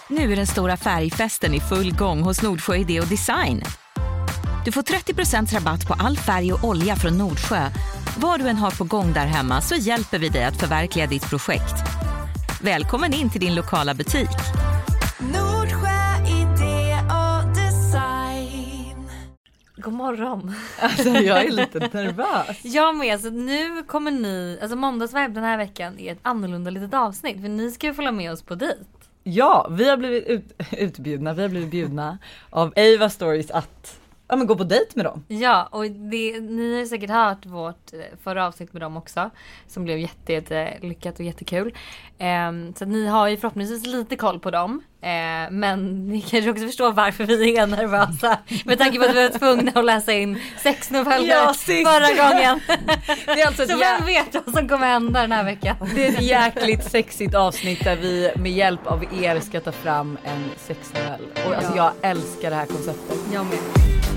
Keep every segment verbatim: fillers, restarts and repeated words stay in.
Nu är den stora färgfesten i full gång hos Nordsjö Idé och Design. Du får trettio procent rabatt på all färg och olja från Nordsjö. Vad du än har på gång där hemma så hjälper vi dig att förverkliga ditt projekt. Välkommen in till din lokala butik. Nordsjö Idé och Design. God morgon. Alltså jag är lite nervös. Jag med, så nu kommer ni, alltså måndagsvibe den här veckan är ett annorlunda litet avsnitt. För ni ska ju följa med oss på dejt. Ja, vi har blivit ut, utbjudna, vi har blivit bjudna av Ava Stories att ja, men gå på dejt med dem. Ja, och det, ni har säkert hört vårt förra avsnitt med dem också. Som blev jätte, jätte lyckat och jättekul. Um, så ni har ju förhoppningsvis lite koll på dem. Uh, men ni kanske också förstår varför vi är nervösa. Med tanke på att vi var tvungna att läsa in sex noveller ja, förra gången. Det är alltså så jä- vem vet vad som kommer hända den här veckan. Det är ett jäkligt sexigt avsnitt där vi med hjälp av er ska ta fram en sexnovell. Och alltså ja. Jag älskar det här konceptet. Jag med.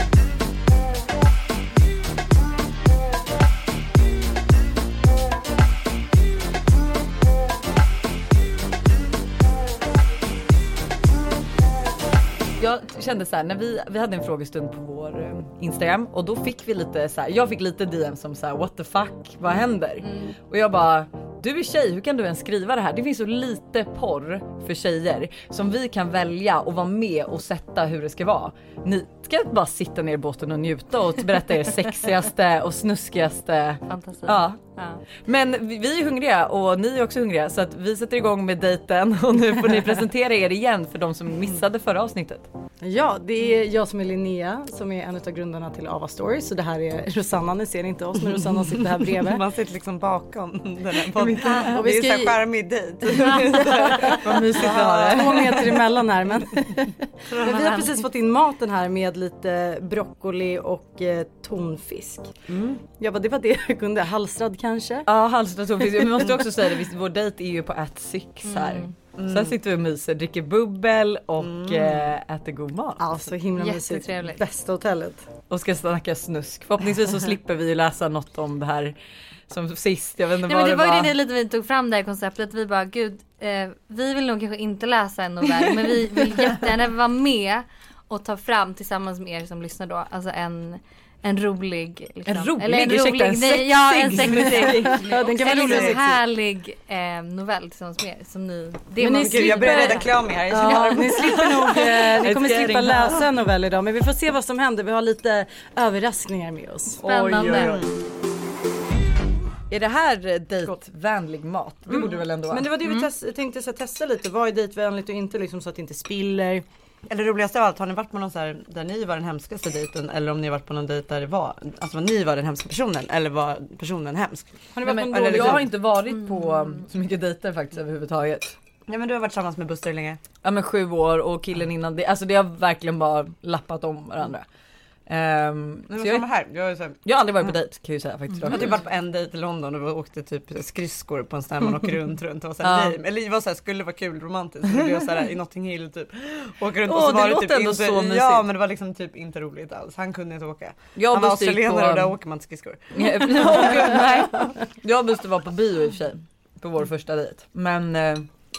Jag kände så här, när vi, vi hade en frågestund på vår Instagram och då fick vi lite så här, jag fick lite D M som så här, what the fuck, vad händer? Mm. Och jag bara, du är tjej, hur kan du ens skriva det här? Det finns så lite porr för tjejer som vi kan välja och vara med och sätta hur det ska vara. Ni ska bara sitta ner i båten och njuta och berätta er sexigaste och snuskigaste. Fantasi. Ja. Ja. Men vi, vi är hungriga och ni är också hungriga så att vi sätter igång med dejten och nu får ni presentera er igen för de som missade förra avsnittet. Ja, det är jag som är Linnea som är en av grundarna till Ava Stories. Så det här är Rosanna, ni ser inte oss men Rosanna sitter här bredvid. Man sitter liksom bakom den här podden. Och vi ska det är så skärmig dejt. Vad mysigt vi har det. Två meter emellan här. Men, men vi har precis fått in maten här med lite broccoli och eh, tonfisk. Mm. Jag bara, det var det jag kunde. Halsrad kanske? Ja, halsrad tonfisk. Men vi måste också säga det, vår dejt är ju på At Six här. Mm. Mm. Sen sitter vi och myser, dricker bubbel och mm. äh, äter god mat. Ja, så himla mysigt. Bästa hotellet. Och ska snacka snusk. Förhoppningsvis så slipper vi ju läsa något om det här som sist. Jag vet inte Nej, vad men det, det var var. ju det lite vi tog fram det här konceptet. Vi bara, gud, eh, vi vill nog kanske inte läsa en novell. Men vi vill jättegärna vara med och ta fram tillsammans med er som lyssnar då. Alltså en... En rolig liksom. En rolig, eller en ursäkta, rolig en sexig. Ja, en sexig. Ja, den kan vara en rolig. härlig eh, novell tillsammans med er som ni. Det men man ni Gud, jag börjar redan klä mig här. Ja, ni slipper nog eh, ni kommer slippa läsa en novell idag, men vi får se vad som händer. Vi har lite överraskningar med oss. Spännande. Oj, oj, oj. Är det här dejtvänlig mat? Det Mm. borde väl ändå vara. Men det var det vi mm. test- tänkte så testa lite. Vad är dejtvänligt och inte liksom, så att det inte spiller. Eller roligast av allt, har ni varit på någon så här där ni var den hemskaste dejten eller om ni har varit på någon dejt där det var alltså var ni var den hemska personen eller var personen hemsk? Har ni varit Nej, på men, en jag har inte varit på um, så mycket dejter faktiskt överhuvudtaget. Ja, men du har varit tillsammans med Buster länge. Ja, men sju år och killen innan det, alltså det har verkligen bara lappat om varandra. Um, Men så jag, jag, här. Jag, är så här, jag har aldrig varit på dejt kan jag ju säga faktiskt. jag har typ varit på en dejt i London och vi åkte typ skridskor på en stämma och åkte runt runt och så här, Ja. nej, eller det var så här, skulle vara kul romantiskt. Så det var så här i Notting Hill typ. Åka runt Åh, och så det var det låter typ ändå inte, så mysigt. ja, men det var liksom typ inte roligt alls. Han kunde inte åka. Jag Han var Buster gick australienare på- och där åker man inte skridskor. Nej. Jag och Buster var på bio i och för sig på vår första dejt. Men eh,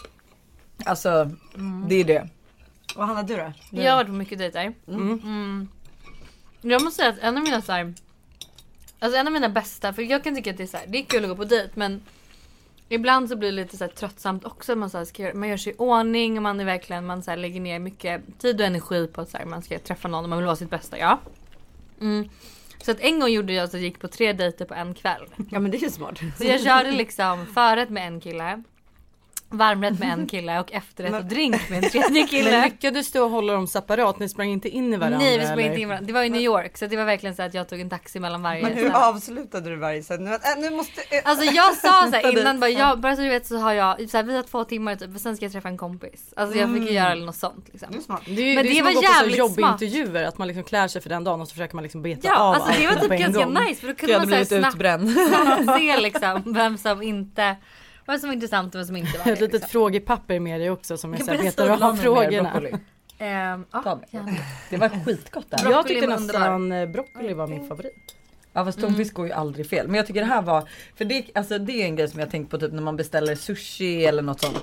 alltså mm. det är det. Och Hanna, du då? Jag har varit på mycket dejter. Mm. Mm. Jag måste säga att en av mina så här, alltså en av mina bästa, för jag kan tycka att det är så här, det är kul att gå på dejt, men ibland så blir det lite så här tröttsamt också. Man, så här, ska, man gör sig i ordning och man är verkligen, man så här, lägger ner mycket tid och energi på att så här, man ska träffa någon och man vill vara sitt bästa. Ja. Mm. Så att en gång gjorde jag så gick på tre dejter på en kväll. Ja, men det är ju smart. Så jag körde liksom förrätt med en kille, varmrätt med en kille och efterrätt och drink med en tredje kille. Men lyckades du hålla dem separat? Ni sprang inte in i varandra? Nej, vi sprang eller? inte in i varandra. Det var i New York, så det var verkligen så att jag tog en taxi mellan varje. Men hur så här. avslutade du varje sen? Nu, äh, nu måste... Alltså jag sa så här innan bara, jag, bara så du vet så har jag så här, vi har två timmar typ, och sen ska jag träffa en kompis. Alltså jag fick ju göra något sånt liksom. Det är smart. Det är, Men det, det är var som att gå på jävligt så jobbintervjuer, att man liksom klär sig för den dagen och så försöker man liksom beta Ja, av alltså det var allt på typ en ganska gång. nice, för då kunde Jag man hade så här blivit snabbt, utbränd. snabbt se liksom vem som inte, vad som var intressant och vad som inte var det. Ett litet Liksom. frågepapper med dig också som jag Ja, så här precis. betar av Mer frågorna. broccoli. Ehm, ja, Ta mig. gärna. Det var skitgott där. Broccoli Jag tyckte var nästan eh, broccoli var min favorit. Ja, fast tonfisk går ju aldrig fel. Men jag tycker det här var, för det, alltså, det är en grej som jag tänkt på typ när man beställer sushi eller något sånt.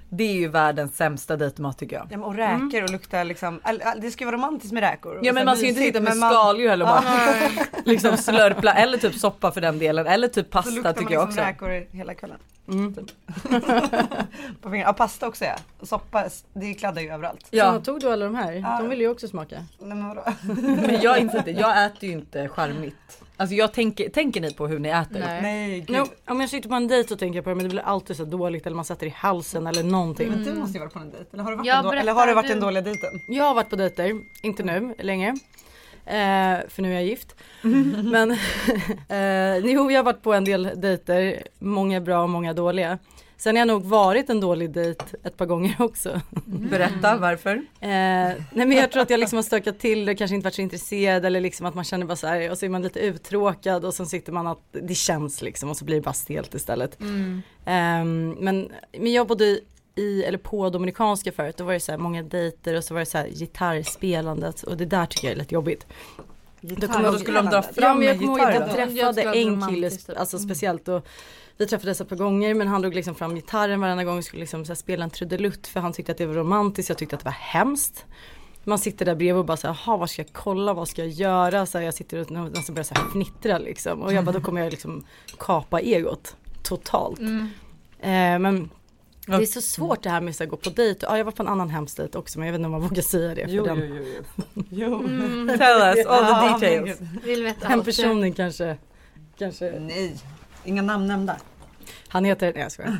Det är ju världens sämsta dejtmat tycker jag. Ja, men och räkor mm. och lukta liksom, det ska ju vara romantiskt med räkor. Ja men man ska ju inte sitta med skaldjur eller bara liksom slörpla eller typ soppa för den delen eller typ pasta tycker jag också. Så luktar man liksom räkor hela kvällen. Mm. Typ. På ja, pasta också ja. Soppa, det kladdar ju överallt. Ja. Så tog du alla de här? Ja. De vill ju också smaka. Nej, men vadå? Men jag inser inte, jag äter ju inte charmigt. Alltså jag tänker, tänker ni på hur ni äter? Nej, Nej gud. No, om jag sitter på en dejt så tänker jag på det, men det blir alltid så dåligt eller man sätter i halsen eller någonting. Mm. Men du måste ju vara på en dejt. Eller har du varit, Ja, en, då- berätta, eller har du varit du- en dålig dejten? Jag har varit på dejter, inte nu längre. Eh, för nu är jag gift. Men eh, jo, jag har vatt på en del dejter. Många bra och många dåliga. Sen har jag nog varit en dålig dejt ett par gånger också. Berätta varför. Eh, nej men jag tror att jag liksom har stökat till det, kanske inte varit så intresserad eller liksom att man känner bara så här, och så är man lite uttråkad och så sitter man att det känns liksom och så blir det bara stelt istället. Mm. Eh, men, men jag bodde i, eller på Dominikanska förut, då var det så här många dejter och så var det så här gitarrspelandet och det där tycker jag är lite jobbigt. Gitarr, kommer jag- då skulle de dra Ja, fram men jag en kommer ihåg gitarr att då? jag Jag träffade skulle en vara kille, romantiskt, alltså mm. speciellt och vi träffades ett par gånger men han drog liksom fram gitarren varenda gång och skulle liksom så här spela en trudelutt för han tyckte att det var romantiskt, jag tyckte att det var hemskt. Man sitter där bredvid och bara så här, jaha vad ska jag kolla, vad ska jag göra? Så här, jag sitter och nästan börjar så här fnittra liksom och jag bara då kommer jag liksom kapa egot totalt. Mm. Eh, men det är så svårt det här med att gå på dejt. Ja, jag var på en annan hemsk dejt också men jag vet inte om man vågar säga det. För Jo, den, jo, jo, jo. Jo. Mm. Tell us all the Ja, details. men Vill veta den allt. personen kanske, kanske Nej, inga namn nämnda. han heter, nej jag skojar.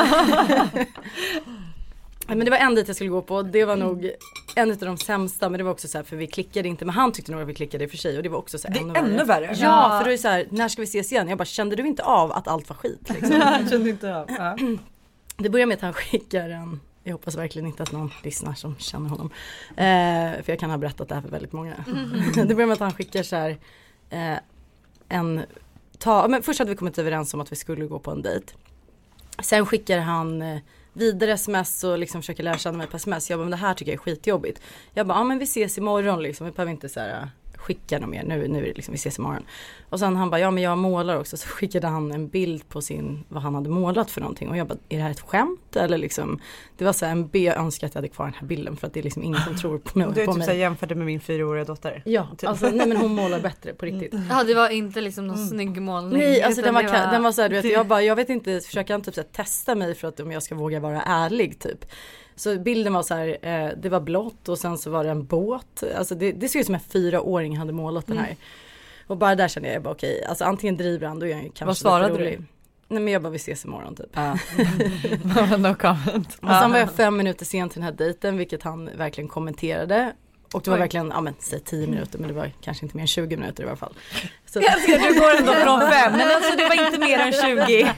Men det var en dit jag skulle gå på. Det var nog en av de sämsta. Men det var också så här, för vi klickade inte. Men han tyckte nog att vi klickade i och för sig. Och det var också så här, Det är ännu, ännu värre. värre. Ja, för då är det så här, när ska vi ses igen? Jag bara, kände du inte av att allt var skit? Liksom? Jag kände inte av. Ja. Det börjar med att han skickar en, jag hoppas verkligen inte att någon lyssnar som känner honom. Eh, för jag kan ha berättat det här för väldigt många. Det börjar med att han skickar så här, eh, en, ta, men först hade vi kommit överens om att vi skulle gå på en dejt. Sen skickar han eh, vidare sms och liksom försöker lära känna mig på sms. Jag bara, men det här tycker jag är skitjobbigt. Jag bara, ja men vi ses imorgon liksom. Vi behöver inte så här skicka något mer. Nu, nu är det liksom, vi ses imorgon. Och sen han bara, ja men jag målar också. Så skickade han en bild på sin, vad han hade målat för någonting. Och jag bara, är det här ett skämt? Eller liksom, det var så här en B, jag önskar att jag hade kvar den här bilden. För att det är liksom ingen som tror på mig. Du är på typ mig. så här jämfört med min fyraåriga dotter. Ja, alltså nej men hon målar bättre på riktigt. Ja, det var inte liksom någon snygg målning. Nej, alltså utan den var, det ka- den var så här, du vet, jag bara, jag vet inte, försöker han typ så här, testa mig för att om jag ska våga vara ärlig typ. Så bilden var så här, eh, det var blått och sen så var det en båt. Alltså det, det ser ut som en fyraåring hade målat den här. Mm. Och bara där kände jag bara okej, okay, alltså antingen driver han, då är han ju kanske Vad svarade lite du? rolig. Nej men jag bara, vi ses imorgon typ. Ja. No comment. Och sen var jag fem minuter sen till den här dejten, vilket han verkligen kommenterade. Och det var Oj. verkligen, ja men säg tio minuter, men det var kanske inte mer än tjugo minuter i alla fall. Så, Jag älskar, du går ändå från fem, men alltså det var inte mer än tjugo.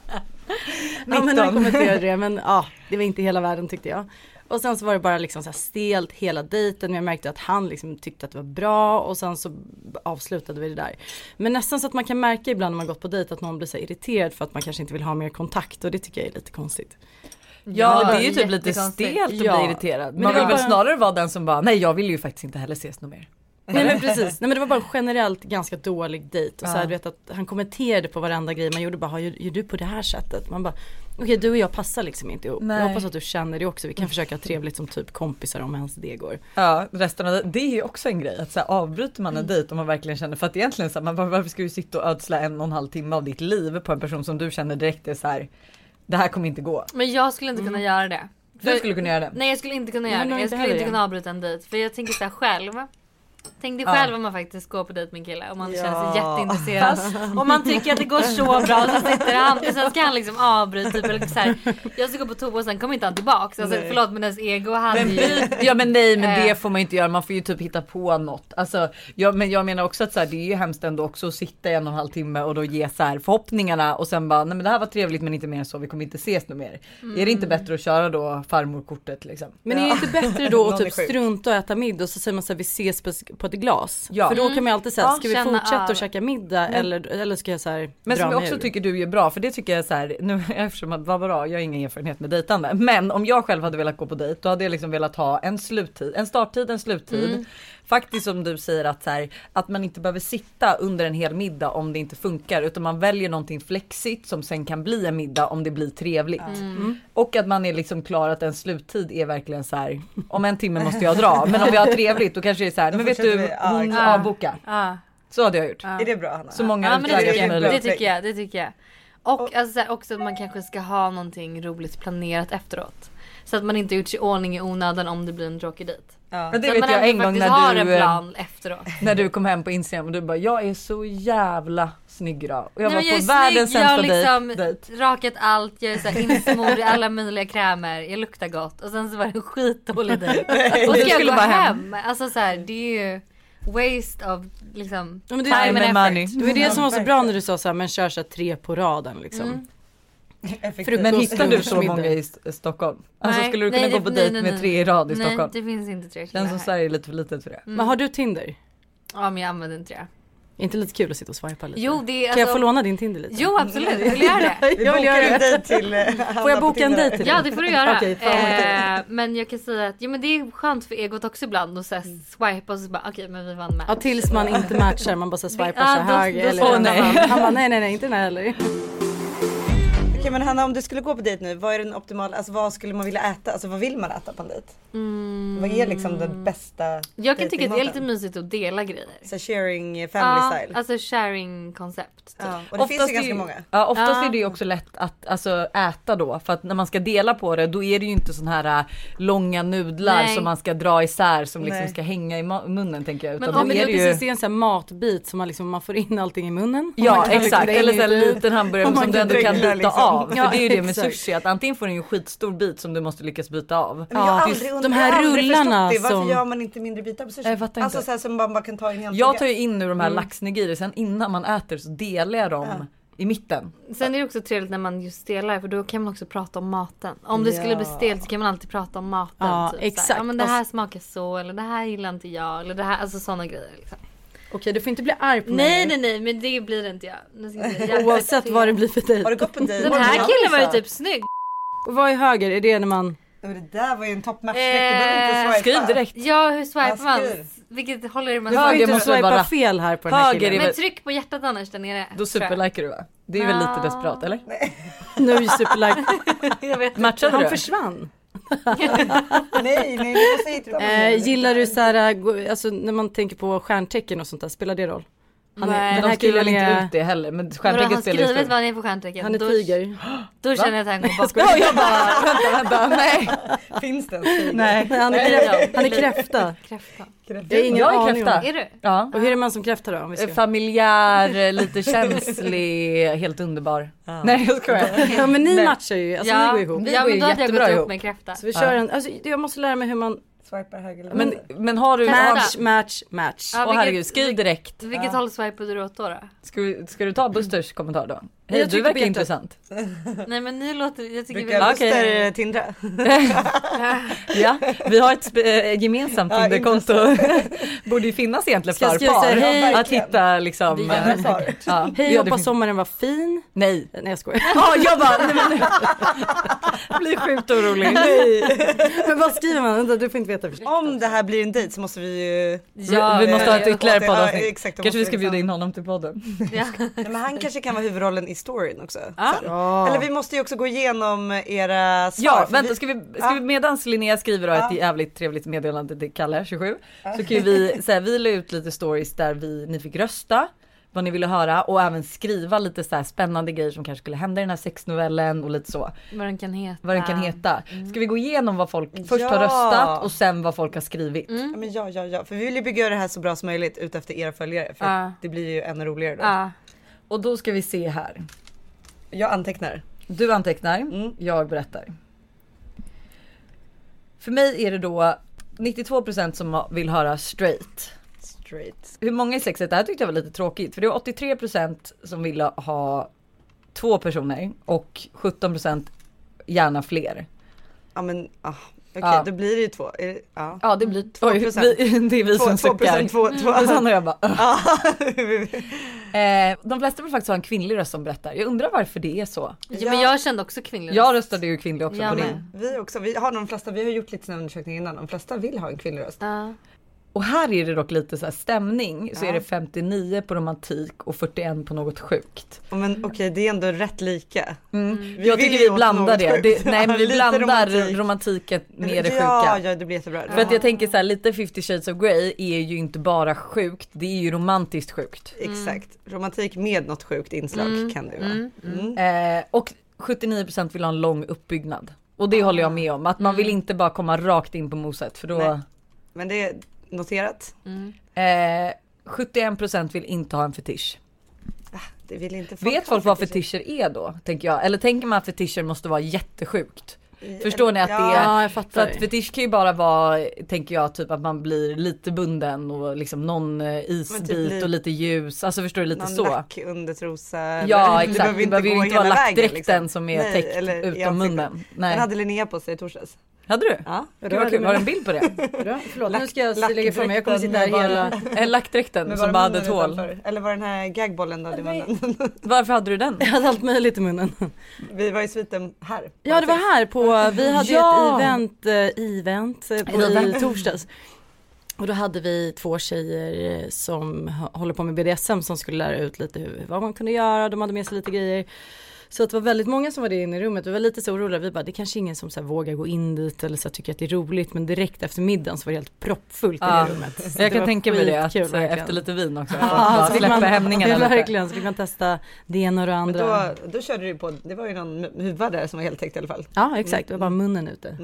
ja men han kommenterade det, men ja, det var inte hela världen tyckte jag. Och sen så var det bara liksom så här stelt hela dejten. Jag märkte att han liksom tyckte att det var bra. Och sen så avslutade vi det där. Men nästan så att man kan märka ibland när man gått på dejt att någon blir så irriterad för att man kanske inte vill ha mer kontakt. Och det tycker jag är lite konstigt. Ja, Ja, det är ju typ lite jättekonstigt. stelt att Ja. bli irriterad. Men Man det vill var väl bara- snarare vara den som bara, nej jag vill ju faktiskt inte heller ses något mer. Nej men precis. Nej men det var bara generellt ganska dålig dejt. Och så här, Ja. du vet att han kommenterade på varenda grej man gjorde. Bara, gör, gör du på det här sättet? Man bara, okej okay, du och jag passar liksom inte ihop. Nej. Jag hoppas att du känner det också. Vi kan försöka ha trevligt som typ kompisar om ens det går. Ja, resten av det, det är ju också en grej att så här, avbryter man en dejt om man verkligen känner, för att egentligen så här, man bara, varför ska du sitta och ödsla en och en halv timme av ditt liv på en person som du känner direkt är så här, det här kommer inte gå. Men jag skulle inte kunna göra det. Du skulle kunna göra det. Nej jag skulle inte kunna Nej, göra men det. Jag inte skulle heller inte det. kunna avbryta en dejt. För jag tänker såhär själv. Tänk dig Ja. själv om man faktiskt går på dejt med en kille och man Ja. känner sig jätteintresserad. Och man tycker att det går så bra och så sitter han och sen ska han liksom avbryta typ, eller så här, jag ska gå på toa och sen kommer inte han tillbaks. Alltså, Nej. förlåt men ens ego hade Men, ju... ja men nej men Eh. det får man ju inte göra, man får ju typ hitta på något. Alltså, ja, men jag menar också att så här, det är ju hemskt ändå också att sitta i en och en halv timme och då ge så här förhoppningarna och sen bara, nej men det här var trevligt men inte mer än så, vi kommer inte ses något mer. Är det inte bättre att köra då farmorkortet liksom? Men är det inte bättre då att Någon är typ sjuk. strunta och äta middag och så säger man så här, vi ses på, på ett glas. Ja. För då kan man alltid säga, Ja, ska vi känna fortsätta av. att käka middag eller, eller ska jag så här Men dra som jag mig också ur? tycker du gör bra, för det tycker jag så här, nu eftersom att vad bra, jag har ingen erfarenhet med dejtande, men om jag själv hade velat gå på dejt, då hade jag liksom velat ha en sluttid, en starttid, en sluttid. Mm. Faktiskt som du säger att så här, att man inte behöver sitta under en hel middag om det inte funkar, utan man väljer någonting flexigt som sen kan bli en middag om det blir trevligt. Mm. Och att man är liksom klar att en sluttid är verkligen så här, om en timme måste jag dra, men om vi har trevligt då kanske det är så här, men vet fortsätter du, vi. Ja, hon exakt. avboka. Ja. Så hade jag gjort. Ja. Är det bra, Hanna? Så många Ja men det utvägar tycker, som jag, möjligt. det tycker jag, det tycker jag. Och alltså, så här, också att man kanske ska ha någonting roligt planerat efteråt. Så att man inte gjort sig i ordning i onödan om det blir en tråkig dejt. Ja. Men det Så att vet man jag ändå en gång faktiskt har när en du, plan efteråt. när du kom hem på Instagram och du bara, jag är så jävla snygg idag. Och jag Nej, var men jag på är världens snygg, jag har sämsta liksom dejt. dejt. rakat allt, jag är såhär insmord i alla möjliga krämer, jag luktar gott. Och sen så var det en skitdålig dejt. Och Du ska jag skulle gå bara hem? Alltså såhär, det är ju waste of liksom Ja, men det, time Time and and money. effort. det var det som var så bra när du sa så här, men kör så här tre på raden liksom. Mm. Effektivt. Men Frukost, hittar du så lunch, många middag. i S- Stockholm? Alltså Nej, skulle du kunna nej, gå det- på nej, dejt nej, med nej. tre i rad i Nej, Stockholm? det finns inte tre Känns killar som här. Sverige är lite för litet för det. Mm. Men har du Tinder? Ja men jag använder inte det. Inte lite kul att sitta och swipa lite? Jo det är Kan jag alltså- få låna din Tinder lite? Jo absolut, jag vill göra det. Vi Jag vill bokar göra en det. dejt till eh, Hanna Får jag på boka en Tinder. dejt till dig? Ja det får du göra. Okej, fan vad eh, men jag kan säga att ja, men det är skönt för egot också ibland att så här, swipa och så bara okej men vi vann med. Ja tills man inte matchar, man bara så swipar Ja, så då- höger då eller står han, nej. han, han bara nej nej nej inte den här heller. Okej men Hanna, om du skulle gå på dejt nu, vad är den optimala, alltså vad skulle man vilja äta? Alltså vad vill man äta på en dejt? Mm. Vad är liksom den bästa Jag kan tycka att det är lite dejtingmaten? mysigt att dela grejer. Så sharing eh, family Ja, style. alltså sharing koncept. Typ. Ja. Och det Oftast finns ju ganska är- många. Ja, oftast Ja. är det ju också lätt att alltså, äta då, för att när man ska dela på det då är det ju inte sån här äh, långa nudlar Nej. som man ska dra isär som liksom Nej. ska hänga i ma- munnen tänker jag. Utan Men då Ja, men det är är det ju... precis, det är en sån här matbit som man liksom, man får in allting i munnen. Och Ja man kan exakt, liksom eller så här dra in lite i. liten hamburgare Och man som du kan ändå kan dregla, byta liksom. av. För Ja, det är ju det med exakt. sushi, att antingen får du en skitstor bit som du måste lyckas byta av. Men jag har Ja, aldrig just und- de här jag har aldrig rullarna förstått det. Varför som- gör man inte mindre bitar på sushi? Jag fattar Alltså inte. så här som man bara kan ta i en hel Jag tugga. tar ju in ur de här Mm. laxnigiri, sen innan man äter så delar jag dem Ja. i mitten. Sen är det också trevligt när man just delar för då kan man också prata om maten. Om det skulle bli Ja. stelt så kan man alltid prata om maten. Ja, typ, så här, exakt. Ja, men det här smakar så eller det här gillar inte jag eller det här, alltså sådana grejer. Liksom. Okej du får inte bli arg på Nej mig. nej nej men det blir det inte jag. Nu ska jag säga, jag Oavsett vad det blir för dig. Har du gått på dejt? Den här killen var ju typ snygg. Och vad är höger? Är det när man... Men det där var ju en toppmatch. Eh, Du behöver inte swipa. Skriv direkt. Ja hur swipar Ja, man? skriv. Vilket håller man? Du får Höger inte måste väl swipa vara- fel här på den här Höger killen. är Men väl- tryck på hjärtat annars där nere. Då tror jag. superlikar du va? Det är väl lite Ja. desperat eller? Nu är ju superlike. Jag vet. Matchade Han du? försvann. Nej, nej, du måste hitta Eh, gillar du så här, gå- alltså när man tänker på stjärntecken och sånt där, spelar det roll? Han är, Nej. den De här skriver väl killen inte är, ut det heller, men Vadå, stjärntecken han spelar ju skrivit stor. vad han är för stjärntecken. han är Då- tiger. Då känner jag att han går bort. Ja, jag bara vänta vänta nej. Finns den? Nej. Nej, han är, krä- han är kräfta. Kräfta. Jag har ingen Jag är aning kräfta. om. Är du? Ja. Och hur är man som kräfta då? Om vi ska... Familjär, lite känslig, helt underbar. Nej jag skojar. Ja men ni Nej. matchar ju, alltså Ja. ni går ihop. Vi Ja går ju men då hade jag jättebra gått ihop. ihop med kräfta. Så vi kör en, alltså jag måste lära mig hur man, Swipar höger eller Men, vänster? men har du... Testa. match, match, match. Ja, Åh vilket- herregud, skriv direkt. Vilket håll swipade du åt då? då? Ska, vi, ska du ta Busters kommentar då? Hej, Jag du trycker verkar på hjärtat. intressant. Nej men ni låter, jag tycker Brukar vi Okej. Buster tindra? Ja, vi har ett spe- äh, gemensamt Ja, Tinderkonto. Borde ju finnas egentligen Ska jag för skriva par. så här, hej? Att hitta liksom... Vi gör äh, det Par. ja, Hej, ja, det hoppas finns- sommaren var fin. Nej. Nej jag skojar. Ja, jag bara... Nej, men, jag blir sjukt orolig. Men vad skriver man? Vänta, du får inte veta. Om det här blir en dejt så måste vi ju... Ja, vi måste ha ja, ett ytterligare Ja, poddavsnitt. exakt, då Kanske vi måste ska bjuda liksom- in honom till podden. Ja. Nej, men han kanske kan vara huvudrollen i storyn också. Ja. sen. Ja. Eller vi måste ju också gå igenom era svar. Ja, för vänta, vi- ska vi, ska Ja. vi medans Linnea skriver då ett Ja. jävligt trevligt meddelande till Kalle tjugosju. Så kan ju vi, så här, vi la ut lite stories där vi, ni fick rösta vad ni ville höra och även skriva lite så här spännande grejer som kanske skulle hända i den här sexnovellen och lite så. Vad den kan heta. Vad den kan heta. Ska vi gå igenom vad folk först har Ja. röstat och sen vad folk har skrivit? Mm. Ja, men ja, ja, ja. För vi vill ju bygga det här så bra som möjligt ut efter era följare. För Ja. det blir ju ännu roligare då. Ja. Och då ska vi se här. Jag antecknar. Du antecknar, Mm. jag berättar. För mig är det då nittiotvå procent som vill höra straight. Straight. Hur många i sexet? Det här tyckte jag var lite tråkigt. För det var åttiotre procent som ville ha två personer och sjutton procent gärna fler. Ja men, ah, Okej, Ja. då blir det ju två. Är det, ja. Ja, det blir två. två Vi, procent. det är vi Två- som två procent, suckar. två- två. Och sen har jag bara... Ja. Eh, de flesta vill faktiskt ha en kvinnlig röst som berättar. Jag undrar varför det är så. Ja, men jag kände också kvinnlig Jag röst. röstade ju kvinnlig också Jag på med. din. Vi också, vi har de flesta, vi har gjort lite såna undersökningar innan. De flesta vill ha en kvinnlig röst. Ja. Och här är det dock lite så här stämning. Så Ja. är det femtionio på romantik och fyrtioett på något sjukt. Men okej, det är ändå rätt lika. Mm. Vi Jag vill tycker ju vi åt blandar något det. sjukt. det. Nej men vi Lite blandar romantik. romantiken med det sjuka. Ja, ja, det blir jättebra. För att jag tänker så här, lite fifty shades of Grey är ju inte bara sjukt, det är ju romantiskt sjukt. Exakt. Romantik med något sjukt inslag Mm. kan det vara. Mm. Mm. Eh, och sjuttionio procent vill ha en lång uppbyggnad. Och det håller jag med om, att man vill inte bara komma rakt in på moset för då... Nej. Men det är noterat. Mm. Eh, sjuttioen procent vill inte ha en fetisch. Det vill inte folk Vet ha folk vad fetischer. fetischer är då, tänker jag? Eller tänker man att fetischer måste vara jättesjukt? Förstår ni att Ja. det är... Ja, jag För fattar. att fetisch kan ju bara vara, tänker jag, typ att man blir lite bunden och liksom någon eh, isbit bli- och lite ljus. Alltså förstår du, lite Någon så. lack under trosa. Ja eller- exakt, det behöver ju gå inte vara hela vägen, lackdräkten liksom. som är Nej, täckt eller i utom ansiktet. munnen. Nej. Den hade Linnea på sig i torsdags. Hade du? Ja. Det var kul, har du en bild på det? Bra, förlåt, nu Lack- ska jag lägga fram mig. Jag kommer sitta här lackdräkten hela... Eh, Lackdräkten Men som var bara hade ett munnen hål. utanför? Eller var den här gagbollen då? Det var den. Varför hade du den? Jag hade allt möjligt i munnen. Vi var i sviten här. Ja, det var här på, vi hade ju Ja. ett event, eh, event eh, på, i torsdags. Och då hade vi två tjejer eh, som h- håller på med B D S M som skulle lära ut lite hur, vad man kunde göra, de hade med sig lite grejer. Så att det var väldigt många som var det inne i rummet. Vi var lite så oroliga. Vi bara, det är kanske ingen som så här vågar gå in dit eller så här, tycker att det är roligt. Men direkt efter middagen så var det helt proppfullt Ja. i det rummet. Så Jag det kan var tänka mig det, att skitkul, eh, verkligen. efter lite vin också. Ja, bara så fick släppa man- hämningarna ja, lite. verkligen, så fick man testa det ena och det Men andra. då, då körde du på, det var ju någon huva där som var helt täckt i alla fall. Ja, exakt. Det var bara munnen ute.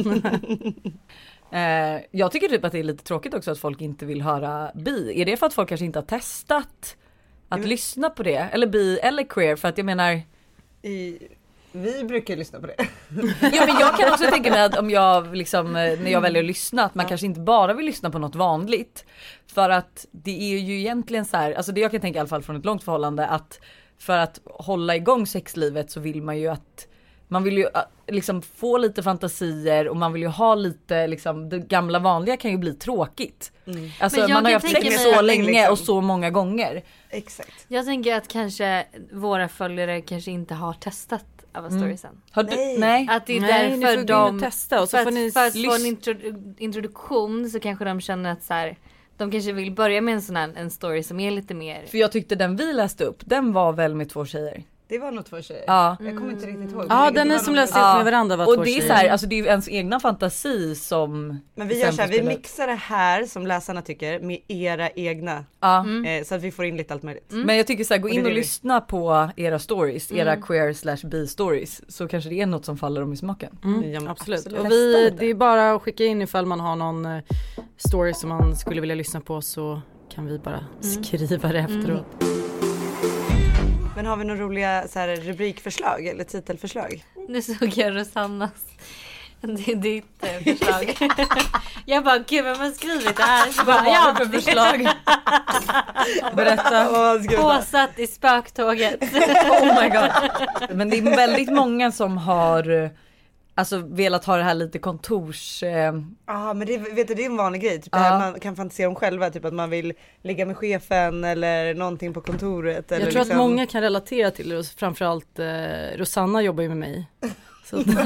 Eh, jag tycker typ att det är lite tråkigt också att folk inte vill höra bi. Är det för att folk kanske inte har testat att men- lyssna på det? Eller bi eller queer? För att jag menar, I, vi brukar ju lyssna på det. ja, men jag kan också tänka mig att om jag liksom, eh, när jag väljer att lyssna, att man kanske inte bara vill lyssna på något vanligt. För att det är ju egentligen så här, alltså det jag kan tänka i alla fall från ett långt förhållande, att för att hålla igång sexlivet så vill man ju att man vill ju äh, liksom få lite fantasier och man vill ju ha lite liksom, det gamla vanliga kan ju bli tråkigt. Mm. Alltså Men jag man har ju kan haft sex tänka så mig- länge liksom. och så många gånger. Exakt. Jag tänker att kanske våra följare kanske inte har testat Ava Storiesen. Har du? Nej. Nej. Att det är Nej, ni får därför gå in och de... testa och så för får att, ni för att få en lys- intro, introduktion så kanske de känner att så här, de kanske vill börja med en sån här en story som är lite mer... För jag tyckte den vi läste upp, den var väl med två tjejer. Det var nog två tjejer. Ja. Jag kommer inte riktigt ihåg. Ja, Men den det är var som nog- läste Ja. ut med varandra var Och två det är tjejer. så här, alltså det är ju ens egna fantasi som... Men vi sen gör får så här, vi spela ut. mixar det här som läsarna tycker med era egna. Ja. Eh, så att vi får in lite allt möjligt. Men jag tycker så här, gå Och det in och vill vi. lyssna på era stories, era queer slash bi stories, så kanske det är något som faller dem i smaken. Mm, Ja, men absolut. absolut. Och vi, det är bara att skicka in ifall man har någon eh, story som man skulle vilja lyssna på, så kan vi bara skriva det efteråt. Men har vi några roliga så här, rubrikförslag eller titelförslag? Nu såg jag Rosannas, det är ditt eh, förslag. Jag bara, gud vem har skrivit det här? Så bara, ja, för förslag? Berätta. Åh, ska vi ta- påsatt i spöktåget. Oh my god. Men det är väldigt många som har eh, alltså velat ha det här lite kontors... Eh, Ja, men det, vet du, det är en vanlig grej. Typ det Ja. här man kan fantisera om själva. Typ att man vill ligga med chefen eller någonting på kontoret. Eller Jag tror liksom... att många kan relatera till det, och framförallt eh, Rosanna jobbar ju med mig. Så att,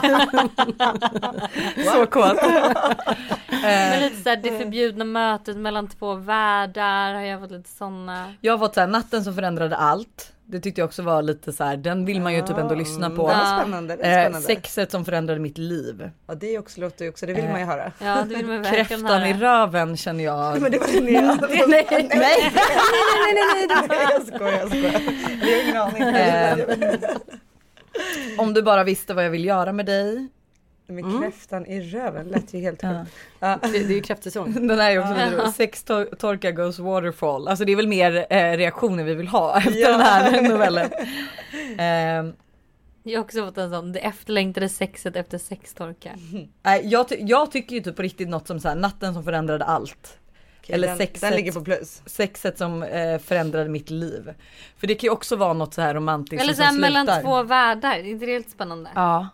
så kåt. Men lite såhär, det förbjudna mötet mellan två världar har jag fått lite såna. Jag har fått så här, natten som förändrade allt. Det tyckte jag också var lite så här, den vill man ju typ ändå lyssna på. Det Ja. var spännande. Det är Eh, spännande. sexet som förändrade mitt liv. Ja, det också låter ju också. Det vill Eh. man ju höra. Ja, det vill man verkligen Kräftan i höra. röven känner jag. Men det var Linnea. nej, nej, nej, nej, nej, nej. Nej, jag skojar, jag skojar. Vi har ingen aning. Eh. Om du bara visste vad jag vill göra med dig. Men kräftan i röven lät ju helt Ja. sjukt. Ja. det, det är ju kräftsäsong. Den här är också lite rolig. Sex tor- torka goes waterfall. Alltså det är väl mer eh, reaktioner vi vill ha efter Ja. den här novellen. Eh, Jag har också fått en sån, det efterlängtade sexet efter sextorka. nej, jag, ty- jag tycker ju typ på riktigt något som så här, natten som förändrade allt. Okej, Eller den, sexet. den ligger på plus. Sexet som eh, förändrade mitt liv. För det kan ju också vara något så här romantiskt Eller som såhär mellan slutar. två världar, är inte det helt spännande? Ja.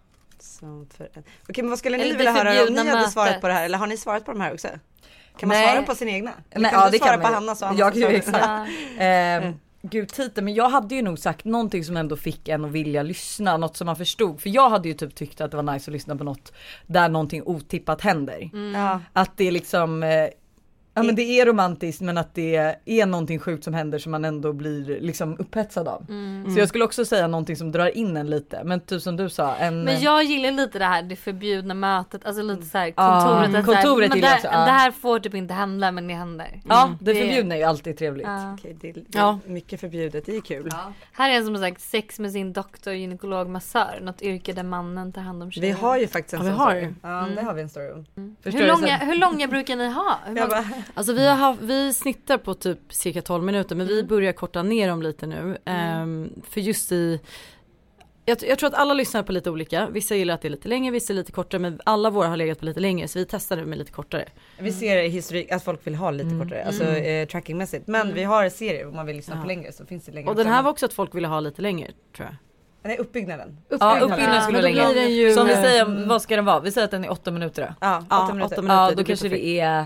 Som för en... Okej, men vad skulle ni Eller det vilja höra om ni förbjudna hade mötet. svarat på det här? Eller har ni svarat på de här också? Kan man Nej. svara på sin egna? Eller Nej, kan ja, du det svara kan på man. Hanna så Hanna Jag så kan ju svarar du. exakt. Eh, Gud titeln, men jag hade ju nog sagt någonting som ändå fick en att vilja lyssna, något som man förstod. För jag hade ju typ tyckt att det var nice att lyssna på något där någonting otippat händer. Ja. Att det liksom, eh, ja men det är romantiskt men att det är någonting sjukt som händer som man ändå blir liksom upphetsad av. Så jag skulle också säga någonting som drar in en lite, men typ som du sa. En, Men jag gillar lite det här, det förbjudna mötet, alltså lite så här Ja, kontoret. att så här, kontoret men gillar det, jag också, ja. det här får typ inte hända men det händer. ja, det Det- förbjudna är ju alltid trevligt. Ja. Okej, det, det Ja. är mycket förbjudet, det är kul. Här är en som har sagt sex med sin doktor, gynekolog, massör. Något yrke där mannen tar hand om Vi tjejer. har ju faktiskt en Ja, vi sån har story. ju. Ja, det har vi en story om. Förstår Hur du? långa, Så- hur långa brukar ni ha? Hur Jag många- bara, Alltså vi har haft, vi snittar på typ cirka tolv minuter men vi börjar korta ner dem lite nu. Ehm, för just i, jag, jag tror att alla lyssnar på lite olika. Vissa gillar att det är lite längre, vissa är lite kortare men alla våra har legat på lite längre så vi testar nu med lite kortare. vi ser i historik att folk vill ha lite kortare, alltså eh, trackingmässigt. Men vi har serier om man vill lyssna Ja. på längre så finns det längre Och den också. här var också att folk ville ha lite längre tror jag. Nej, uppbyggnaden. Ja, uppbyggnaden skulle Men vara då blir längre. den ju- Så om vi säger, vad ska den vara? Vi säger att den är åtta minuter då. Ja, åtta Ja, minuter. åtta minuter. Ja, det då blir kanske perfekt. det är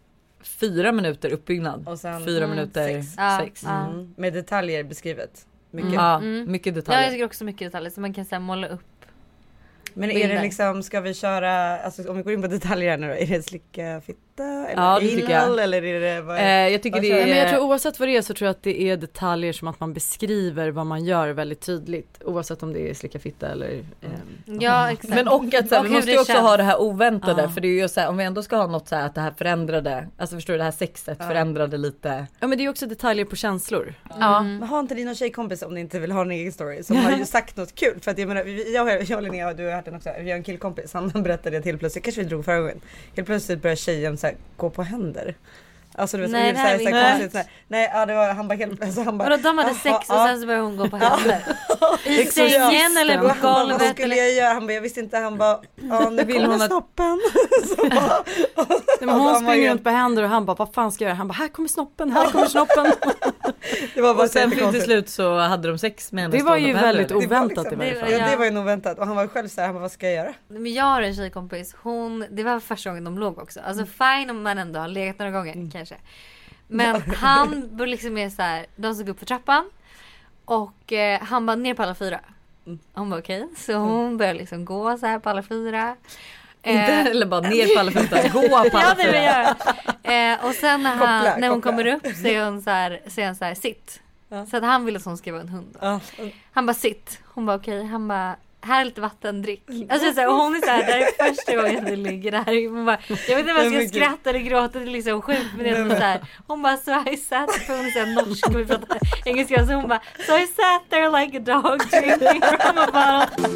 fyra minuter uppbyggnad. Och sen Fyra mm, minuter sex. Ja, sex. ja. Mm, med detaljer beskrivet. Mycket. Ja, Mm. mycket Ja, jag detaljer. tycker också mycket detaljer så man kan så här, måla upp. Men är det bilder. liksom, ska vi köra, alltså om vi går in på detaljer här nu då, är det slicka fitta? Eller Ja, det tycker jag. anal, eller är det vad Eh, är jag tycker Vad det kör Nej, men jag är... tror oavsett vad det är så tror jag att det är detaljer som att man beskriver vad man gör väldigt tydligt. Oavsett om det är slicka fitta eller... ehm, Ja, exakt. Men och att så här, Och vi hur måste ju det också känns. ha det här oväntade Ja. för det är ju så här, om vi ändå ska ha något så här att det här förändrade, alltså förstår du det här sexet Ja. förändrade lite. Ja men det är också detaljer på känslor. Ja. Men har inte ni någon tjejkompis om ni inte vill ha en egen story som har ju sagt något kul? För att jag menar, vi- jag, jag, jag och Linnea, du har hört den också, vi har en killkompis, han berättade det till plötsligt, kanske vi drog förra gången. Helt plötsligt börjar tjejen så här, gå på händer. Alltså du vet, Nej, så det här här, är så här, inte- konstigt så här. Nej, ja, det var, han bara helt alltså, han bara, Vadå, de hade "Jaha, sex och ja." sen så började hon gå på händer? I Exorcisten. sängen eller Och på han bara, vad golvet? skulle Eller? jag göra? Han bara, jag visste inte, han bara, ja nu Vill kommer hon att- snoppen. Så bara, Nej, men Alltså, hon han var springer helt- runt på händer och han bara vad fan ska jag göra? Han bara här kommer snoppen, här kommer snoppen. det var bara Och sen till jättekonstigt. slut så hade de sex med henne Det var ju stående på händer. väldigt Det var oväntat liksom- i varje det fall. var- Ja, det var ju nog väntat och han var själv så här, han bara, vad ska jag göra? Men jag har en tjejkompis, hon, det var första gången de låg också. Alltså fine om man ändå har legat några gånger kanske. Men han började liksom med så här, de såg upp för trappan och eh, han bara ner på alla fyra. Hon bara okej, så hon började liksom gå så här på alla fyra. Inte Eh, eller bara ner på alla fötter, gå på alla Ja det vill fyra. jag göra. Eh, och sen när, han, Koppla, när hon koppla. kommer upp så är hon så här, så är han så här sitt. Ja. Så att han ville att hon ska vara en hund. Ja. Han bara sitt. Hon bara okej. Han bara här är lite vatten, drick. Alltså så här, och hon är så här, det här är första gången vi ligger där. Hon bara, jag vet inte om jag Nej, ska men gud. skratta eller gråta. Det är liksom sjukt. Men det är så här, hon bara so I sat. För hon är så här norsk och vi pratar engelska. Så hon bara so I sat there like a dog drinking from a bottle.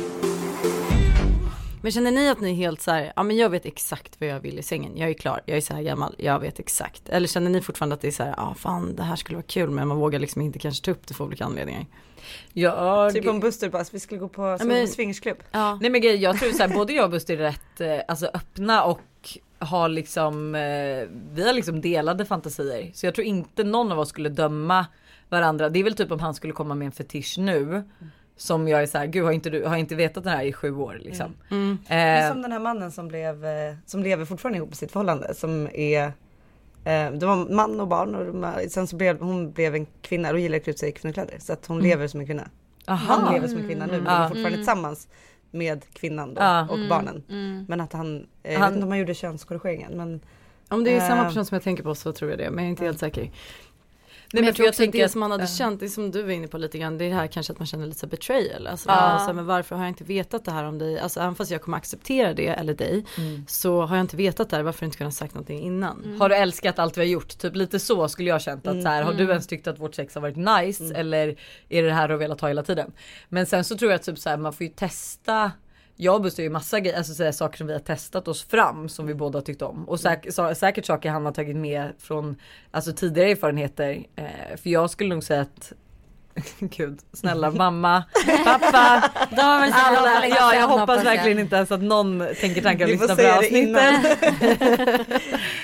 Men känner ni att ni är helt så här, ja men jag vet exakt vad jag vill i sängen. Jag är klar, jag är så här gammal, jag vet exakt. Eller känner ni fortfarande att det är så här, ja fan det här skulle vara kul men man vågar liksom inte kanske ta upp det för olika anledningar. Jag... Typ om Buster bara, vi skulle gå på Ja, men- swingersklubb. Ja. Nej men grej, jag tror så här, både jag och Buster är rätt eh, alltså öppna och har liksom eh, vi har liksom delade fantasier. Så jag tror inte någon av oss skulle döma varandra. Det är väl typ om han skulle komma med en fetisch nu som jag är så här, gud har inte du har inte vetat den här i sju år liksom. Mm. Det är Eh, som den här mannen som blev, eh, som lever fortfarande ihop i sitt förhållande, som är, eh, det var man och barn och de, sen så blev hon blev en kvinna och gillar att klä ut sig i kvinnokläder så att hon lever som en kvinna. aha. Han lever som en kvinna nu men de är Ja. fortfarande tillsammans med kvinnan då, Ja. och barnen. Mm. Men att han, eh, jag Han- vet inte om han gjorde könskorrigeringen men Om det är samma Eh. person som jag tänker på så tror jag det, men jag är inte helt säker. Nej, Men jag tror också tänker det att- som man hade ja. känt, det som du var inne på lite grann, det är det här kanske att man känner lite så betrayal. Alltså, Ja. alltså, men varför har jag inte vetat det här om dig? Alltså även fast jag kommer acceptera det eller dig Mm. så har jag inte vetat det här, varför har jag inte kunnat sagt någonting innan? Har du älskat allt vi har gjort? Typ lite så skulle jag känt att Mm. så här, har du ens tyckt att vårt sex har varit nice Mm. eller är det det här du har velat ha hela tiden? Men sen så tror jag att typ så här, man får ju testa. Jag och Buster ju massa grejer, alltså så här, saker som vi har testat oss fram som vi båda har tyckt om. Och säk- så, säkert saker han har tagit med från alltså, tidigare erfarenheter. Eh, för jag skulle nog säga att gud, snälla mamma, pappa, De har väl alla, ja, jag hoppas jag. verkligen inte ens att någon tänker tankar och vi får lyssnar på det säga här det innan. avsnittet.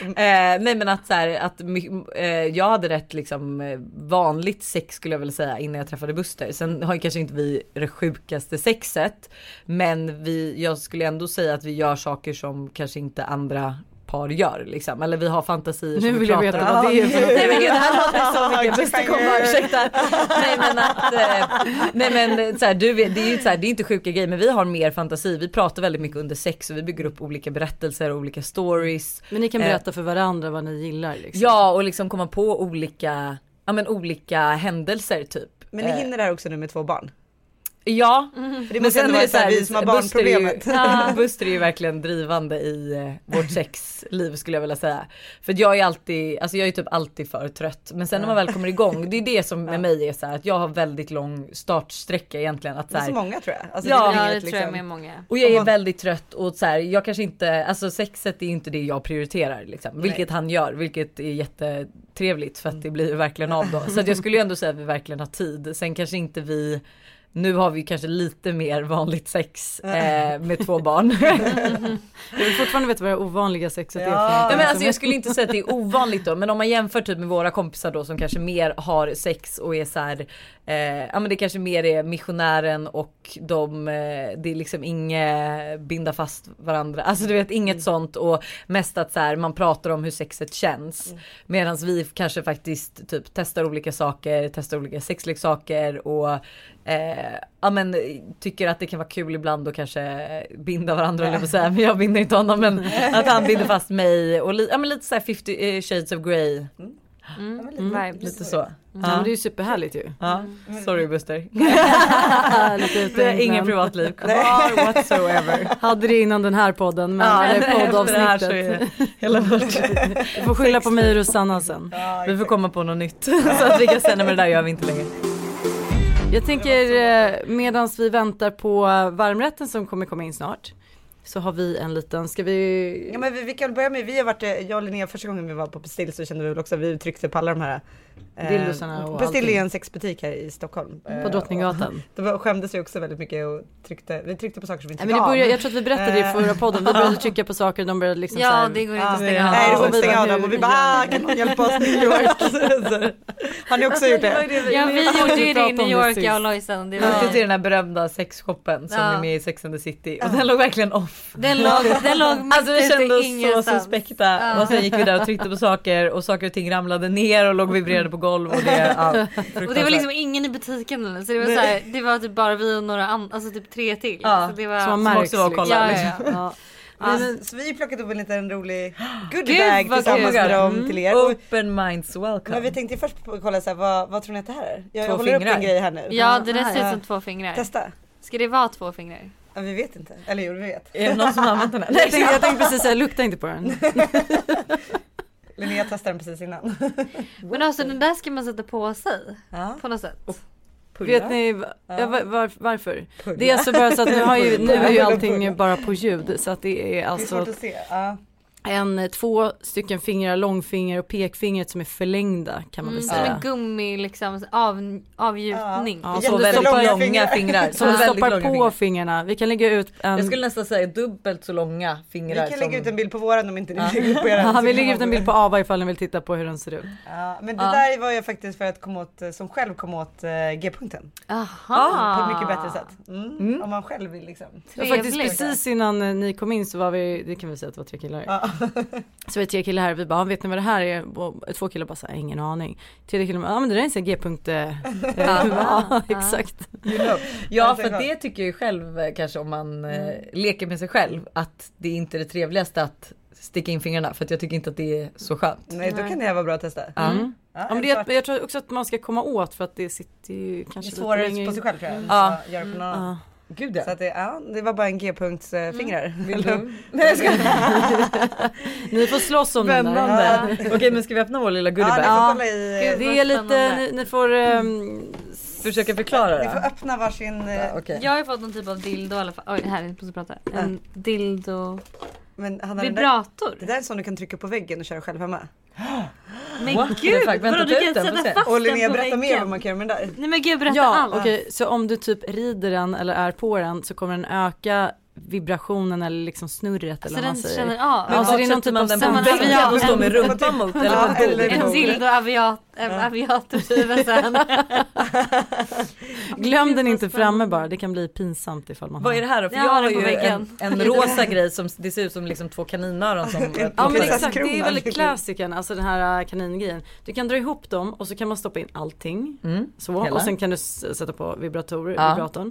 nej men att så här, att eh, jag hade rätt liksom vanligt sex skulle jag väl säga innan jag träffade Buster. Sen har ju kanske inte vi det sjukaste sexet, men vi, jag skulle ändå säga att vi gör saker som kanske inte andra par gör liksom. Eller vi har fantasier nu som vill vi jag pratar veta om. vad det är för något. Nej men gud, det här låter så mycket. Buster kommer, ursäkta. Nej men att eh, nej men så här, du vet, det är ju så här, det är inte sjuka grejer, men vi har mer fantasi. Vi pratar väldigt mycket under sex och vi bygger upp olika berättelser och olika stories. Men ni kan berätta för varandra vad ni gillar liksom. Ja, och liksom komma på olika ja men olika händelser typ. Men ni hinner det här också nu med två barn? Ja, mm. För det måste ändå vara så här, vi som har barnproblemet. Buster är, ju, ja, Buster är ju verkligen drivande i eh, vårt sexliv skulle jag vilja säga. För jag är alltid, alltså jag är typ alltid för trött. Men sen när man väl kommer igång, det är det som med mig är så här, att jag har väldigt lång startsträcka egentligen. Att, så här, det är så många tror jag. Alltså, ja, Ja, det inget, tror jag liksom. med många. och jag är väldigt trött och så här, jag kanske inte, alltså sexet är inte det jag prioriterar liksom. Vilket han gör, vilket är jättetrevligt för att det blir verkligen av då. Så att jag skulle ju ändå säga att vi verkligen har tid. Sen kanske inte vi, nu har vi kanske lite mer vanligt sex eh, med två barn. Jag vill fortfarande veta vad det ovanliga sexet Ja. är för något. Ja, men alltså, jag skulle inte säga att det är ovanligt då, men om man jämför typ med våra kompisar då som kanske mer har sex och är så här, eh, ja men det kanske mer är missionären och de, eh, det är liksom inget binda fast varandra, alltså du vet inget mm. sånt, och mest att så här, man pratar om hur sexet känns, mm. medan vi kanske faktiskt typ testar olika saker, testar olika sexleksaker och eh, ja men tycker att det kan vara kul ibland och kanske binda varandra eller säga, men jag binder inte honom, men att han binder fast mig och li- ja men lite så här fifty shades of grey. Mm. Mm. Mm. Lite så. Ja, men det är ju superhärligt ju. Ja, sorry Buster. Lite Det är ingen uteängd. privatliv kvar whatsoever. Hade det innan den här podden, men Ja, eller efter det här så poddavsnittet. är hela vårt. Du får skylla på mig och Rosanna sen. Vi får komma på något nytt så att vi kan säga, men det där gör vi inte längre. Jag tänker medan vi väntar på varmrätten som kommer komma in snart, så har vi en liten, ska vi... Ja men vi, vi kan börja med, vi har varit, jag och Linnea första gången vi var på Pestill så kände vi väl också att vi tryckte på alla de här Dildosarna och Pestill allting. är en sexbutik här i Stockholm. På Drottninggatan. Då var- skämdes vi också väldigt mycket och tryckte, vi tryckte på saker som vi inte Nej, men det gav. började, jag tror att vi berättade det i förra podden, vi började trycka på saker och de började liksom Ja, så här, det går inte Ja, att stänga av. nej det går och inte att vi stänga av bara, dem och vi hur bara, gör ah, kan någon hjälpa oss New York? Har ni också gjort det? Ja, vi gjorde ju det i pratade New om det York, sist. jag och Lojsan. Det Vi åkte var... till den här berömda sexshoppen som Ja. är med i Sex and the City, och den låg verkligen off. Den låg, den låg mitt Alltså vi ute kände oss så ingenstans. suspekta, Ja. och sen gick vi där och tryckte på saker och saker och ting ramlade ner och låg och vibrerade på golv och det, ja, Och det var liksom ingen i butiken eller, så det var så här, det var typ bara vi och några andra, alltså typ tre till. Ja. Så det var... som man som märks också var och kollade, Ja, ja, ja. Ja. Ja, så, så vi plockade upp en liten rolig Gud, goodiebag vad tillsammans kul. med dem Mm. till er. Och, Open minds welcome. men vi tänkte ju först på, kolla så här, vad, vad tror ni att det här är? Jag, Två jag håller upp fingrar. en grej här nu. Ja, det där Ja, ser ja. ut som två fingrar. Testa. Ska det vara två fingrar? Ja, vi vet inte. Eller jo, vi vet. Är det någon som har använt den här? Jag tänkte, jag tänkte precis säga, lukta inte på den. Linnea testade den precis innan. Men alltså den där ska man sätta på sig Ja. på något sätt. Vet ni va- ja, var, var, varför? Det är alltså bara så att nu, har ju, nu är ju allting bara på ljud, så att det är Det är alltså svårt att se. Ja. en, två stycken fingrar, långfinger och pekfingret som är förlängda kan man väl Mm, som säga. en gummi liksom av, avgjutning. Ja, Ja, så Så väldigt väldigt långa långa fingrar. fingrar. Som väldigt stoppar långa på fingrar. fingrarna. Vi kan lägga ut en... Jag skulle nästan säga dubbelt så långa fingrar. Vi kan lägga som... ut en bild på våran om inte ni Ja. lägger ut på era. Ja, vi lägger ut en bild på Ava ifall ni vill titta på hur den ser ut. Ja, men det Ja. där var ju faktiskt för att komma åt, som själv kom åt eh, G-punkten. Aha. På ett mycket bättre sätt. Mm. Mm. Om man själv vill liksom. Det var faktiskt Trevligt. precis innan eh, ni kom in så var vi, det kan vi säga att det var tre killar. Ja. Så var det tre killar här, vi bara, vet ni vad det här är? Och två killar bara, så här, ingen aning. Tredje killar bara, ja men det där är en sån här G-punkt. eh, eh, Ja, exakt. You know. Ja, Alltså, för klart. det tycker jag ju själv eh, kanske om man eh, leker med sig själv, att det är inte det trevligaste att sticka in fingrarna, för att jag tycker inte att det är så skönt. Nej, då kan det här vara bra att testa. Ja. Mm. Ja, Ja, men det, en jag, svart- jag tror också att man ska komma åt, för att det sitter ju det kanske är lite svårare längre på in. sig själv tror jag. Ja. Så gör det på någon annan. Ja. Gud Så ja. att det, ja, det var bara en G-punktsfingrar. Vill du? Nej, jag ska... Ni får slåss om den där. Spännande. Okej, men ska vi öppna vår lilla Ja, goodiebag? ni får Ja. kolla i... Gud, Det är lite, Spännande. ni, ni får... Um, Försöka förklara Ni får det. öppna varsin... eh, Ja, okej. Jag har ju fått någon typ av dildo i alla fall. Oj, här är det prata. En dildo Men Hanna, den där, vibrator. det där är en sån du kan trycka på väggen och köra själv hemma. Men What the gud, fuck? Vänta, vadå, ta du ut kan den, får sätta se. fast Och den Linnea, på berätta mer väggen. vad man kan göra med den där. Nej men gud, berätta ja, allt. okej. Så om du typ rider den eller är på den så kommer den öka vibrationen eller liksom snurret eller Så vad man den säger. känner av. Men Alltså, vad det är någon sätter typ man av den på samma- väggen Ja, och står en- med rumpan mot? Eller Ja, på eller bordet? En dildo aviat, aviatorskiva sen. Glöm den Gud, inte vad framme spännande. bara. Det kan bli pinsamt ifall man Vad har. är det här då? För Jag jag har har den på ju en, väggen. en rosa grej som det ser ut som liksom två kaninöron som Ja men Prinsesskrona. exakt, det är väldigt klassikern, alltså den här äh, kaningrejen. Du kan dra ihop dem och så kan man stoppa in allting. Mm. Så, Hela. och sen kan du s- sätta på vibrator, Ja. vibratorn.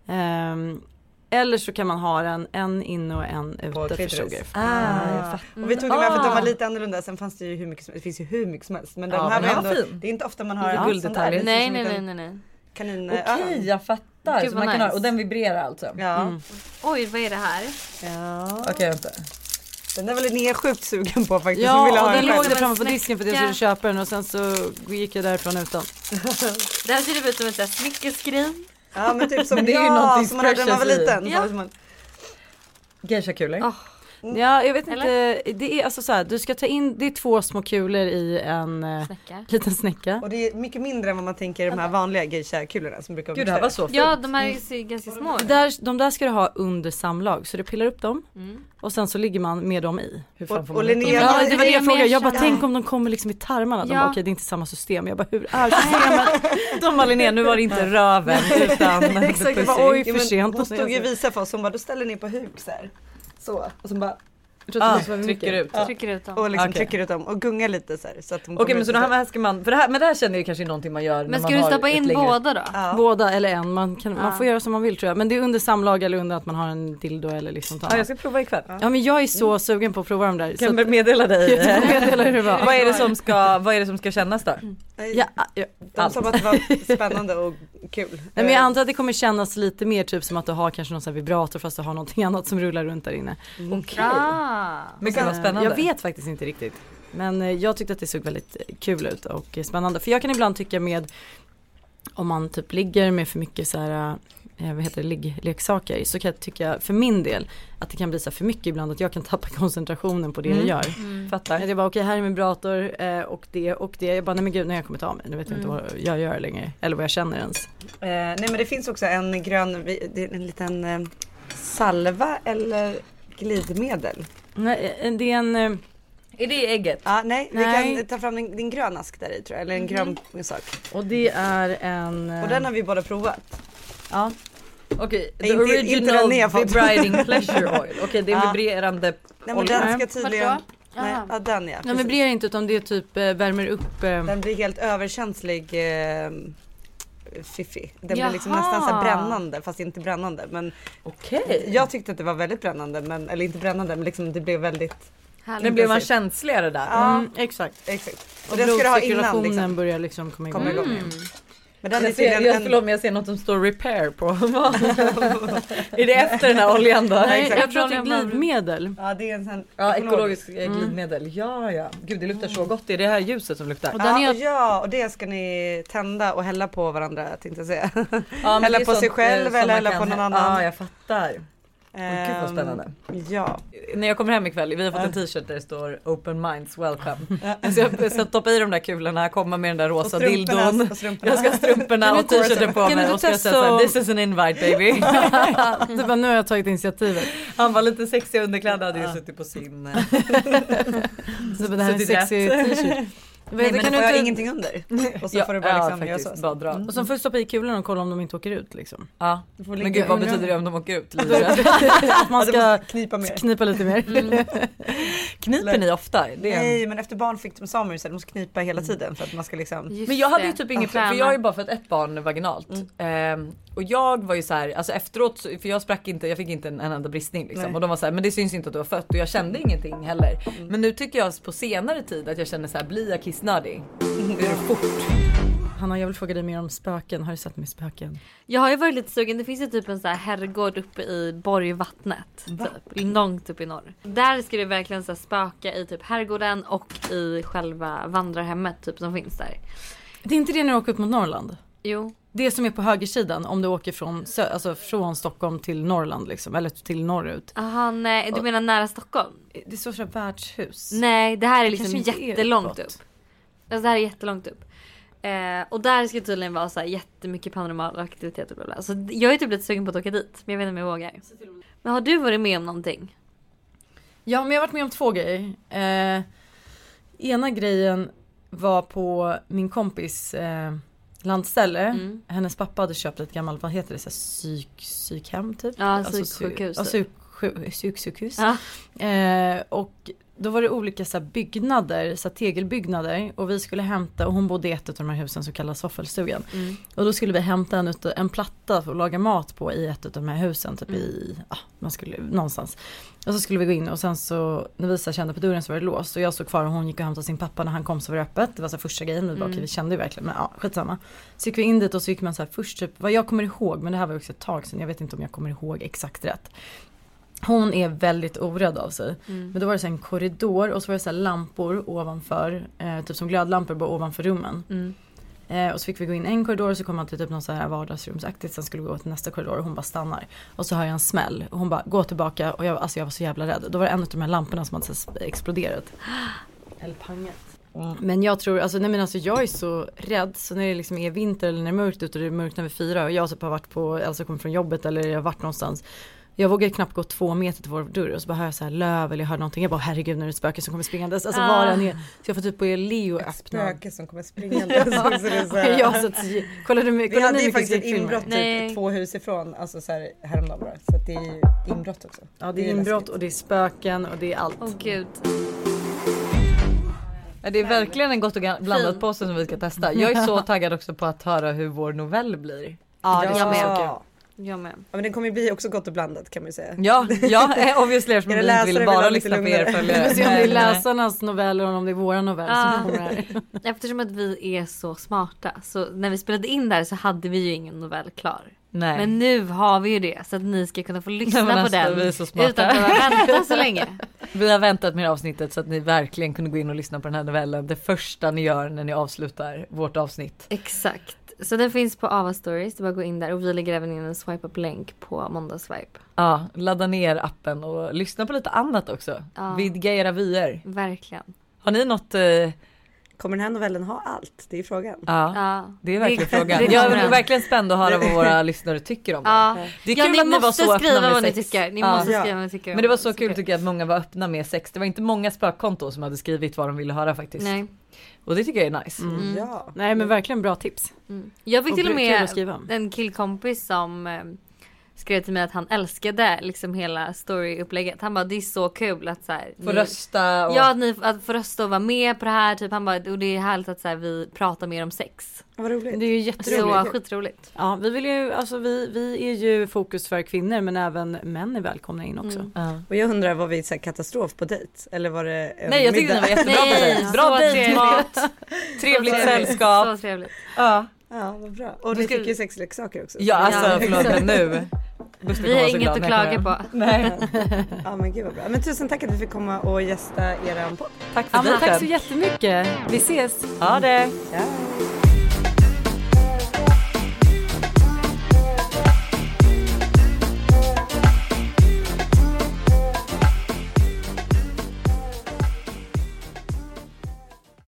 Ehm, eller så kan man ha en, en inne och en ute för klitoris. sugar. Ah, jag fattar. Och vi tog det med för att de Ah. var lite annorlunda. Sen fanns det ju hur mycket som, det finns ju hur mycket som helst. Men de Ja, här men var den var ändå, fin. det är inte ofta man har Lite en gulddetaljer. sån där. Det ser Nej ut som nej en nej nej liten nej. Kaninöron. Okej, jag fattar. Gud, Så vad man kan ha, nice. och den vibrerar alltså? Ja. Mm. Oj vad är det här? Ja. Okej, vänta. Den där var Linnea sjukt sugen på faktiskt. Ja, Hon ville ha och den själv. låg där Som framme en på disken för att jag snäcka. skulle köpa den och sen så gick jag därifrån utan. Det här ser ut som ett så här snickerskrin. Ja men typ som, Men det är ju ja, någonting som man hade när man var precious i. liten. Ja. Så som man, Geisha-kulor. Oh. Ja, jag vet inte. Eller? Det är alltså så här, du ska ta in, det är två små kulor i en eh, Snäcka. liten snäcka. och det är mycket mindre än vad man tänker i de här vanliga geisha-kulorna som brukar vara Gud, det här var mycket så fint. Ja de här ser ganska små ut. Där, de där ska du ha under samlag, så du pillar upp dem Mm. och sen så ligger man med dem i. Hur fan Och- får och man ut Linnea- dem? Ja, Ja, det det var det är jag frågade. mer Jag bara, kött. tänk om de kommer liksom i tarmarna. De Ja. bara, okej det är inte samma system. Jag bara, hur är systemet? De bara, Linnea, nu var det inte röven utan Exakt, the jag bara, pussy. oj, för men sent. hon stod ju och visade för oss, hon bara då ställer ni på huk så här. Så, och så bara Jag tror att det Ah, måste vara trycker mycket. ut. Ja. Trycker ut dem. och liksom Okej. trycker ut dem och gungar lite så här. Så att de Okej, kommer men ut så lite. det här ska man, för det här, men det här känner jag kanske är någonting man gör när Men man ska du har stoppa ett in längre- båda då? Ja. Båda eller en, man, kan, Ja. man får göra som man vill tror jag. Men det är under samlag eller under att man har en dildo eller liksom Ja, jag ska prova ikväll. Ja men jag är så sugen på att prova de där. Så Kan att, jag meddela dig? jag får meddela hur det var. vad är det som ska, vad är det som ska kännas då? Nej, Ja, ja. de sa bara att det var spännande och kul. Nej, men jag antar att det kommer kännas lite mer typ som att du har kanske någon sån här vibrator fast du har någonting annat som rullar runt där inne. Okej. Ah. Men gud vad spännande. Jag vet faktiskt inte riktigt. Men eh, jag tyckte att det såg väldigt eh, kul ut och eh, spännande. För jag kan ibland tycka med om man typ ligger med för mycket så här eh, vad heter det, liggleksaker så kan jag tycka för min del att det kan bli så här för mycket ibland att jag kan tappa koncentrationen på det Mm. jag gör. Mm. Fattar. Jag bara okej här är min vibrator eh, och det och det. Jag bara nej men gud nu har jag kommit av mig. Nu vet jag Mm. inte vad jag gör längre. Eller vad jag känner ens. Eh, nej men det finns också en grön, vi- det är en liten eh, salva eller glidmedel. Nej, eh, det är en... Eh, Är det ägget? Ja, nej, Nej. vi kan ta fram din, din grön ask där i tror jag, eller en grön sak. och det är en... eh, Och den har vi båda provat. ja. Okej, the Inte- inte original den ni har fått. vibrating pleasure oil. Okej, det är Ja. vibrerande. Nej men olja. den ska tydligen, Vart då? nej, Jaha. ja den ja. Den precis. vibrerar inte utan det är typ eh, värmer upp. Eh, Den blir helt överkänslig eh, fiffig. Den Jaha. blir liksom nästan så här brännande fast inte brännande. Men Okej. jag tyckte att det var väldigt brännande, men, eller inte brännande men liksom det blev väldigt, Härligt. Men blir man Precis. känsligare där? ja mm, exakt. exakt. Och Och den ska du ha innan blodcirkulationen liksom. börjar liksom komma igång. Kommer igång. Mm. Men den är Jag, ser, tydligen jag, en, förlåt, men jag ser något som står repair på. Är det efter den här oljan då? Nej, exakt. jag tror att det är glidmedel. ja det är en sån Ja, ekologisk eh, glidmedel. Ja, ja. Gud, det luktar så gott. Det är det här ljuset som luktar. Och den Ja, är- och ja, och det ska ni tända och hälla på varandra tänkte jag säga. Ja, men Hälla det är på sig sånt, själv eh, som eller man hälla kan på någon hä- annan. Ja, jag fattar. Oj, gud vad spännande. Ehm, Ja. När jag kommer hem ikväll, vi har fått en t-shirt där det står Open Minds Welcome. Så jag ska stoppa i de där kulorna, komma med den där rosa Och strumporna, dildon. och strumporna. Jag ska ha strumporna Kan du och t-shirten på kan mig du och ska testa säga och- this is an invite baby. Du bara, nu har jag tagit initiativet. Han var lite sexig underklädd, hade ju suttit på sin. eh, Så det här är en Suttit sexig rätt. t-shirt. Nej, men kan får du jag inte... ingenting under. Och så Ja, får du bara ja, liksom göra faktiskt, så. bara dra. Och så får du stoppa i kulorna och kolla om de inte åker ut liksom. Ja. Du får Men ligga gud, vad under. betyder det om de åker ut? Livrädd. Att man Ja, du ska måste knipa mer. knipa lite mer. Kniper ni ofta? Det är... Nej men efter barn fick de samer så de måste knipa hela tiden för att man ska liksom. Just Men jag hade ju det. typ ingen, Och för jag träna. har ju bara fått ett barn vaginalt. Ehm, och jag var ju så här, alltså efteråt, så- för jag sprack inte, jag fick inte en, en enda bristning liksom. Nej. Och de var så här, men det syns inte att du har fött och jag kände ingenting heller. Men nu tycker jag på senare tid att jag känner så här, blir jag kissnödig? Det är fort. Hanna, jag vill fråga dig mer om spöken. Har du sett med spöken? Jag har ju varit lite sugen. Det finns ju typ en så här herrgård uppe i Borgvattnet. Typ, långt upp i norr. Där ska det verkligen så här spöka i typ herrgården och i själva vandrarhemmet typ som finns där. Det är inte det när du åker upp mot Norrland? Jo. Det som är på högersidan om du åker från, sö- alltså från Stockholm till Norrland liksom, eller till norrut. Aha, nej. Du menar nära Stockholm? Det står så här värdshus. Nej, det här är liksom kanske inte är jättelångt uppåt. upp. Alltså det här är jättelångt upp. Eh, och där ska tydligen vara så här jättemycket paranormala aktiviteter. Bla bla. Så jag är typ lite sugen på att åka dit. Men jag vet inte om jag vågar. Men har du varit med om någonting? Ja, men jag har varit med om två grejer. Eh, ena grejen var på min kompis eh, landställe. Mm. Hennes pappa hade köpt ett gammalt, vad heter det, så här, psyk, psykhem typ. Ja, alltså, psyksjukhus. Ja, psyk, psyksjukhus. Ja. Eh, och då var det olika så här, byggnader, så här, tegelbyggnader. Och vi skulle hämta, och hon bodde i ett av de här husen som kallas Våffelstugan. Mm. Och då skulle vi hämta en, en platta för att laga mat på i ett av de här husen. Typ mm. i, ja, man skulle, någonstans. Och så skulle vi gå in och sen så, när vi så kände på dörren så var det låst. Och jag stod kvar och hon gick och hämtade sin pappa när han kom så var det öppet. Det var så här, första grejen, vi, bara, mm. okej, vi kände ju verkligen, men ja, skitsamma. Så gick vi in dit och så gick man så här, först typ, vad jag kommer ihåg, men det här var också ett tag sedan, jag vet inte om jag kommer ihåg exakt rätt. Hon är väldigt orädd av sig. Mm. Men då var det så en korridor och så var det så här lampor ovanför. Eh, typ som glödlampor bara ovanför rummen. Mm. Eh, och så fick vi gå in en korridor och så kom man till typ någon så här vardagsrumsaktigt. Sen skulle vi gå till nästa korridor och hon bara stannar. Och så hör jag en smäll. Och hon bara, gå tillbaka. Och jag, alltså jag var så jävla rädd. Då var det en av de här lamporna som hade så exploderat. Eller pangat. Mm. Men jag tror, alltså, nej men alltså jag är så rädd. Så när det liksom är vinter eller när det är mörkt ute och det är mörkt när vi är fyra. Och jag typ har varit på, alltså kommer från jobbet eller jag har varit någonstans. Jag vågar knappt gå två meter till vår dörr och så bara hör jag så här löv eller jag hör någonting. Jag bara, herregud, när det är ett spöke som kommer springandes. Alltså ah. var den är. Så jag får typ börja le och öppna. Ett spöke som kommer springandes. ja. Så det är så här. Jag så kolla du Vi hade ju faktiskt ett inbrott typ, två hus ifrån. Alltså så här häromdagen bara. Så att det är ju inbrott också. Ja, det är, det är inbrott läskigt. Och det är spöken och det är allt. Åh oh, gud. Ja, det är verkligen en gott och blandat påse som vi ska testa. Jag är så taggad också på att höra hur vår novell blir. Ja, det är så kul. Jag med. Ja, men den kommer ju bli också gott och blandat kan man ju säga. Ja, ja obviously eftersom vi inte vill bara lyssna på er följare. Vi får se om det är läsarnas noveller eller om det är våra noveller ah. som kommer här. Eftersom att vi är så smarta så när vi spelade in där så hade vi ju ingen novell klar. Nej. Men nu har vi ju det så att ni ska kunna få lyssna Nej, på alltså, den vi är så smarta. Utan att behöva vänta så länge. Vi har väntat med avsnittet så att ni verkligen kunde gå in och lyssna på den här novellen. Det första ni gör när ni avslutar vårt avsnitt. Exakt. Så den finns på Ava Stories, det bara gå in där och vi lägger även in en swipe-up-länk på Måndagsswipe. Ja, ladda ner appen och lyssna på lite annat också. Ja. Vidga era vyer. Verkligen. Har ni något... Eh... Kommer den här novellen ha allt? Det är frågan. Ja, ja. Det är verkligen det, frågan. Det jag är verkligen spänd att höra vad våra lyssnare tycker om ja. det. Det är kul ja, att ni var så öppna med vad sex. Ni tycker. Ni ja. måste skriva vad ni tycker. Men det var så kul tycker jag att många var öppna med sex. Det var inte många spökkonton som hade skrivit vad de ville höra faktiskt. Nej. Och det tycker jag är nice. Mm. Ja. Nej men verkligen bra tips. Mm. Jag fick och till och med en killkompis som eh, skrev till mig att han älskade liksom hela storyupplägget. Han bara, det är så kul att så här, få ni, rösta och... Ja, att ni att få rösta och vara med på det här typ. Han bara, och det är härligt att så här, vi pratar mer om sex. Vad roligt. Det är ju jätteroligt. Så skitroligt. Ja, vi vill ju alltså vi vi är ju fokus för kvinnor men även män är välkomna in också. Mm. Uh. Och jag undrar, var vi så här katastrof på dejt eller var det en Nej, jag tyckte det var jättebra på dejt. Bra dejtmat. Trevligt sällskap. Så trevligt. Ja. Ja, vad bra. Och du fick ju sexleksaker också. Ja, alltså ja. Förlåt men nu. Vi har inget att klaga på. Nej. Ja men gud vad bra. Men tusen tack att vi fick komma och gästa eran podd. Tack för ja, tack så jättemycket. Vi ses. Ha det. Ja.